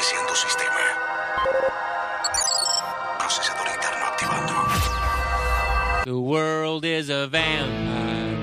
Iniciando sistema. Procesador interno activando. The world is a vampire.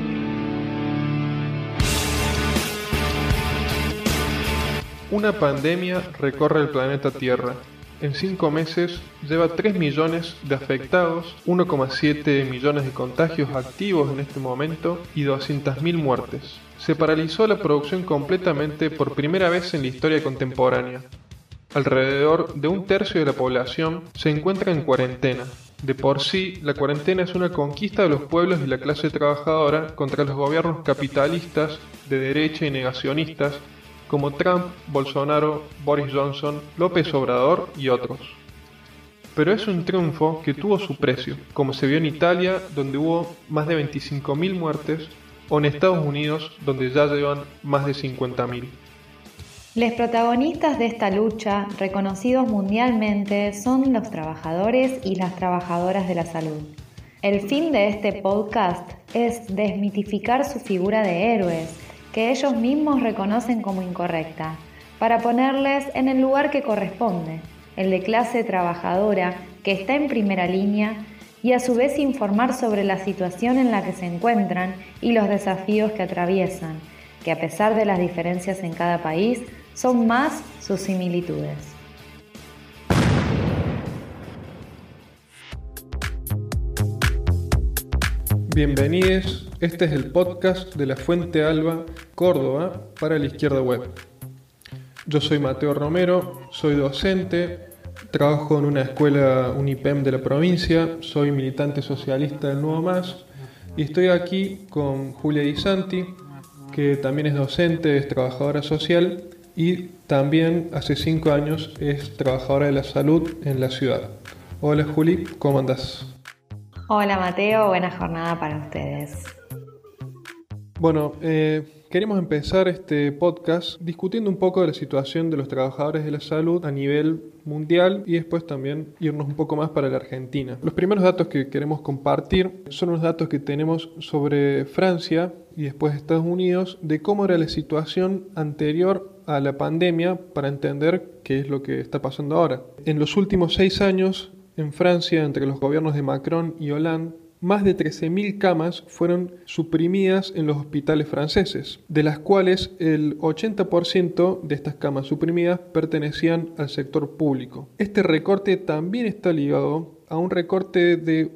Una pandemia recorre el planeta Tierra. En 5 meses lleva 3 millones de afectados, 1,7 millones de contagios activos en este momento y 200.000 muertes. Se paralizó la producción completamente por primera vez en la historia contemporánea. Alrededor de 1/3 de la población se encuentra en cuarentena. De por sí, la cuarentena es una conquista de los pueblos y la clase trabajadora contra los gobiernos capitalistas, de derecha y negacionistas, como Trump, Bolsonaro, Boris Johnson, López Obrador y otros. Pero es un triunfo que tuvo su precio, como se vio en Italia, donde hubo más de 25.000 muertes, o en Estados Unidos, donde ya llevan más de 50.000. Los protagonistas de esta lucha, reconocidos mundialmente, son los trabajadores y las trabajadoras de la salud. El fin de este podcast es desmitificar su figura de héroes, que ellos mismos reconocen como incorrecta, para ponerles en el lugar que corresponde, el de clase trabajadora que está en primera línea, y a su vez informar sobre la situación en la que se encuentran y los desafíos que atraviesan, que a pesar de las diferencias en cada país, son más sus similitudes. Bienvenidos, este es el podcast de la Fuente Alba, Córdoba, para la Izquierda Web. Yo soy Mateo Romero, soy docente, trabajo en una escuela UNIPEM de la provincia, soy militante socialista del Nuevo Más y estoy aquí con Julia Di Santi, que también es docente, es trabajadora social y también hace 5 años es trabajadora de la salud en la ciudad. Hola Juli, ¿cómo andás? Hola Mateo, buena jornada para ustedes. Bueno, queremos empezar este podcast discutiendo un poco de la situación de los trabajadores de la salud a nivel mundial y después también irnos un poco más para la Argentina. Los primeros datos que queremos compartir son unos datos que tenemos sobre Francia y después Estados Unidos de cómo era la situación anterior a la pandemia para entender qué es lo que está pasando ahora. En los últimos 6 años, en Francia, entre los gobiernos de Macron y Hollande, más de 13.000 camas fueron suprimidas en los hospitales franceses, de las cuales el 80% de estas camas suprimidas pertenecían al sector público. Este recorte también está ligado a un recorte de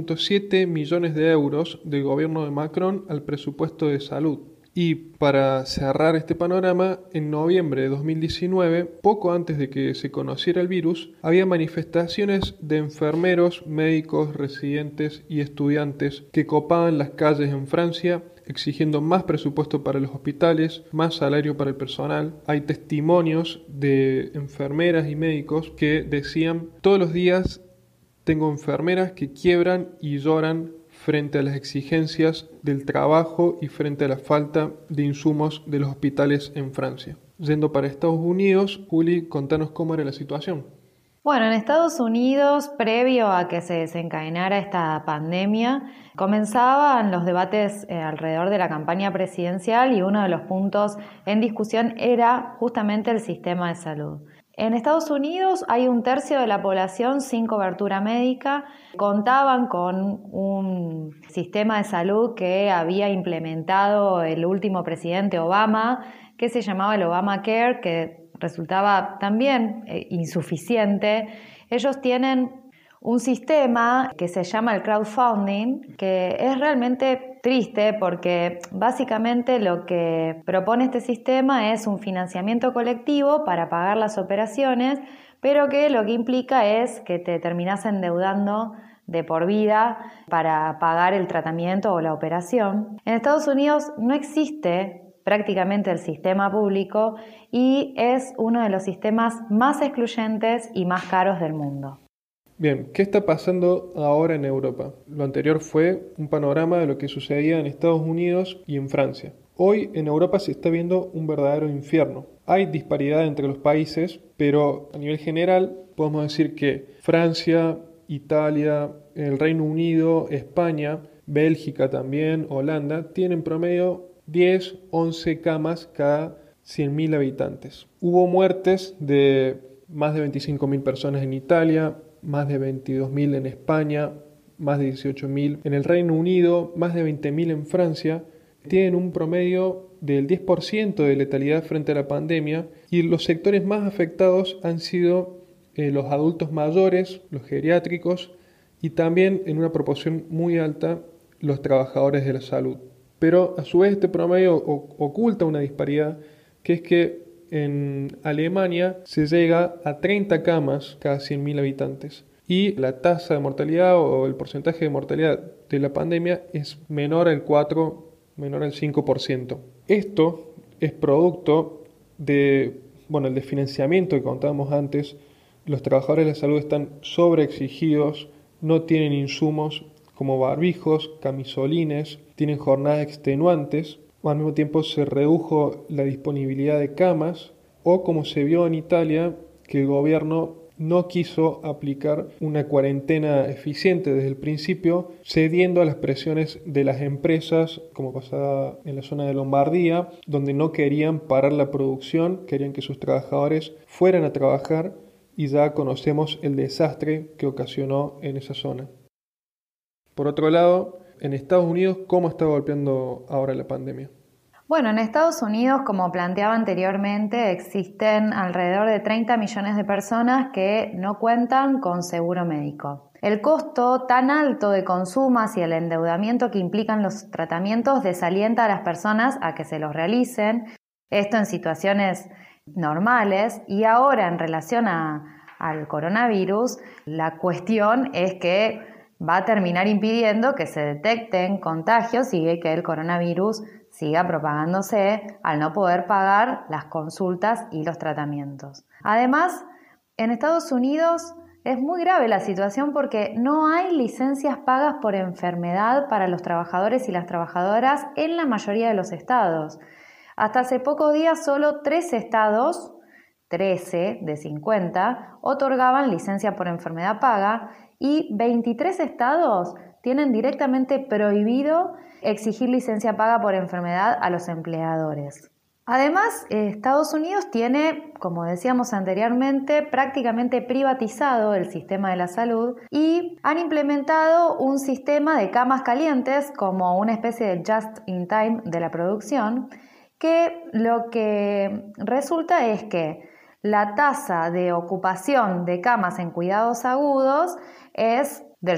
1,7 millones de euros del gobierno de Macron al presupuesto de salud. Y para cerrar este panorama, en noviembre de 2019, poco antes de que se conociera el virus, había manifestaciones de enfermeros, médicos, residentes y estudiantes que copaban las calles en Francia exigiendo más presupuesto para los hospitales, más salario para el personal. Hay testimonios de enfermeras y médicos que decían: todos los días tengo enfermeras que quiebran y lloran frente a las exigencias del trabajo y frente a la falta de insumos de los hospitales en Francia. Yendo para Estados Unidos, Juli, contanos cómo era la situación. Bueno, en Estados Unidos, previo a que se desencadenara esta pandemia, comenzaban los debates alrededor de la campaña presidencial y uno de los puntos en discusión era justamente el sistema de salud. En Estados Unidos hay 1/3 de la población sin cobertura médica. Contaban con un sistema de salud que había implementado el último presidente Obama, que se llamaba el Obamacare, que resultaba también insuficiente. Ellos tienen un sistema que se llama el crowdfunding, que es realmente triste porque básicamente lo que propone este sistema es un financiamiento colectivo para pagar las operaciones, pero que lo que implica es que te terminás endeudando de por vida para pagar el tratamiento o la operación. En Estados Unidos no existe prácticamente el sistema público y es uno de los sistemas más excluyentes y más caros del mundo. Bien, ¿qué está pasando ahora en Europa? Lo anterior fue un panorama de lo que sucedía en Estados Unidos y en Francia. Hoy en Europa se está viendo un verdadero infierno. Hay disparidad entre los países, pero a nivel general podemos decir que Francia, Italia, el Reino Unido, España, Bélgica también, Holanda, tienen promedio 10, 11 camas cada 100.000 habitantes. Hubo muertes de más de 25.000 personas en Italia, más de 22.000 en España, más de 18.000 en el Reino Unido, más de 20.000 en Francia. Tienen un promedio del 10% de letalidad frente a la pandemia y los sectores más afectados han sido los adultos mayores, los geriátricos y también en una proporción muy alta los trabajadores de la salud. Pero a su vez este promedio oculta una disparidad, que es que en Alemania se llega a 30 camas cada 100.000 habitantes y la tasa de mortalidad o el porcentaje de mortalidad de la pandemia es menor al 4, menor al 5%. Esto es producto de, el desfinanciamiento que contábamos antes. Los trabajadores de la salud están sobreexigidos, no tienen insumos como barbijos, camisolines, tienen jornadas extenuantes. Al mismo tiempo se redujo la disponibilidad de camas o como se vio en Italia que el gobierno no quiso aplicar una cuarentena eficiente desde el principio, cediendo a las presiones de las empresas, como pasaba en la zona de Lombardía, donde no querían parar la producción, querían que sus trabajadores fueran a trabajar y ya conocemos el desastre que ocasionó en esa zona. Por otro lado, en Estados Unidos, ¿cómo está golpeando ahora la pandemia? Bueno, en Estados Unidos, como planteaba anteriormente, existen alrededor de 30 millones de personas que no cuentan con seguro médico. El costo tan alto de consumos y el endeudamiento que implican los tratamientos desalienta a las personas a que se los realicen, esto en situaciones normales, y ahora en relación al coronavirus, la cuestión es que va a terminar impidiendo que se detecten contagios y que el coronavirus siga propagándose al no poder pagar las consultas y los tratamientos. Además, en Estados Unidos es muy grave la situación porque no hay licencias pagas por enfermedad para los trabajadores y las trabajadoras en la mayoría de los estados. Hasta hace pocos días solo 3 estados, 13 de 50, otorgaban licencia por enfermedad paga y 23 estados tienen directamente prohibido exigir licencia paga por enfermedad a los empleadores. Además, Estados Unidos tiene, como decíamos anteriormente, prácticamente privatizado el sistema de la salud y han implementado un sistema de camas calientes como una especie de just in time de la producción, que lo que resulta es que la tasa de ocupación de camas en cuidados agudos es del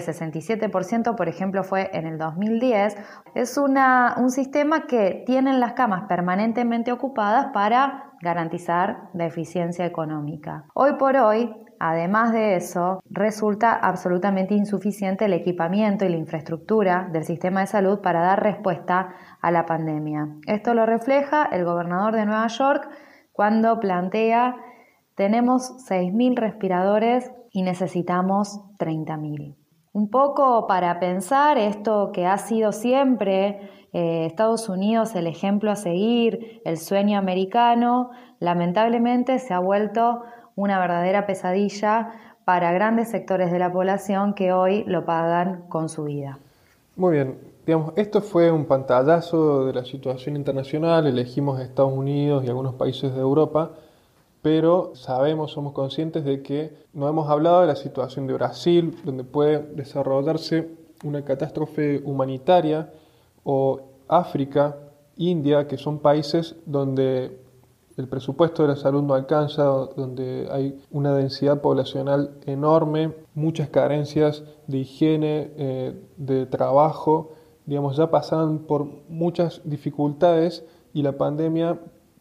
67%, por ejemplo, fue en el 2010. Es un sistema que tienen las camas permanentemente ocupadas para garantizar la eficiencia económica. Hoy por hoy, además de eso, resulta absolutamente insuficiente el equipamiento y la infraestructura del sistema de salud para dar respuesta a la pandemia. Esto lo refleja el gobernador de Nueva York cuando plantea: tenemos 6.000 respiradores y necesitamos 30.000. Un poco para pensar esto que ha sido siempre Estados Unidos el ejemplo a seguir, el sueño americano, lamentablemente se ha vuelto una verdadera pesadilla para grandes sectores de la población que hoy lo pagan con su vida. Muy bien, esto fue un pantallazo de la situación internacional, elegimos Estados Unidos y algunos países de Europa, pero somos conscientes de que no hemos hablado de la situación de Brasil, donde puede desarrollarse una catástrofe humanitaria, o África, India, que son países donde el presupuesto de la salud no alcanza, donde hay una densidad poblacional enorme, muchas carencias de higiene, de trabajo, ya pasan por muchas dificultades y la pandemia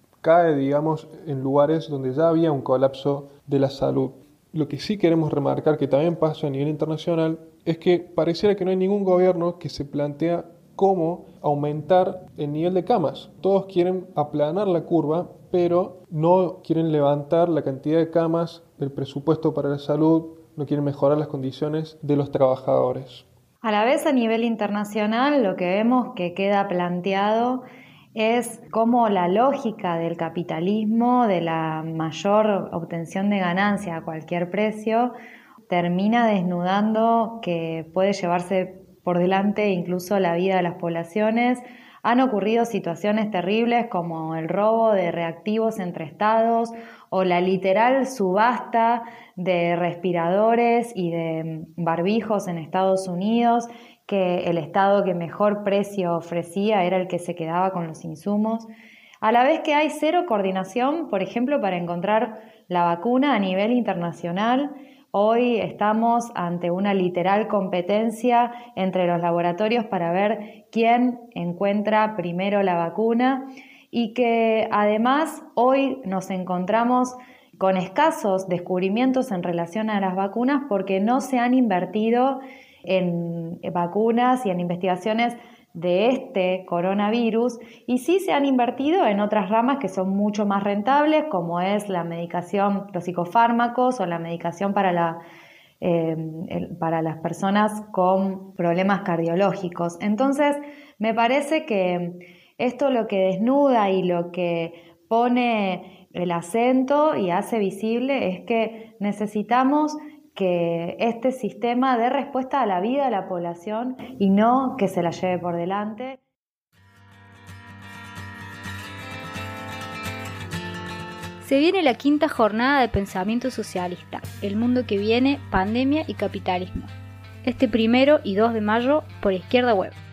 cae, en lugares donde ya había un colapso de la salud. Lo que sí queremos remarcar, que también pasa a nivel internacional, es que pareciera que no hay ningún gobierno que se plantea cómo aumentar el nivel de camas. Todos quieren aplanar la curva, pero no quieren levantar la cantidad de camas del presupuesto para la salud, no quieren mejorar las condiciones de los trabajadores. A la vez, a nivel internacional, lo que vemos que queda planteado es cómo la lógica del capitalismo, de la mayor obtención de ganancia a cualquier precio, termina desnudando que puede llevarse por delante incluso la vida de las poblaciones Han ocurrido situaciones terribles como el robo de reactivos entre estados o la literal subasta de respiradores y de barbijos en Estados Unidos, que el estado que mejor precio ofrecía era el que se quedaba con los insumos. A la vez que hay cero coordinación, por ejemplo, para encontrar la vacuna a nivel internacional. Hoy estamos ante una literal competencia entre los laboratorios para ver quién encuentra primero la vacuna y que además hoy nos encontramos con escasos descubrimientos en relación a las vacunas porque no se han invertido en vacunas y en investigaciones de este coronavirus y sí se han invertido en otras ramas que son mucho más rentables, como es la medicación, los psicofármacos o la medicación para las personas con problemas cardiológicos. Entonces, me parece que esto lo que desnuda y lo que pone el acento y hace visible es que necesitamos que este sistema dé respuesta a la vida de la población y no que se la lleve por delante. Se viene la 5ª jornada de pensamiento socialista, El mundo que viene, pandemia y capitalismo. Este 1 y 2 de mayo por Izquierda Web.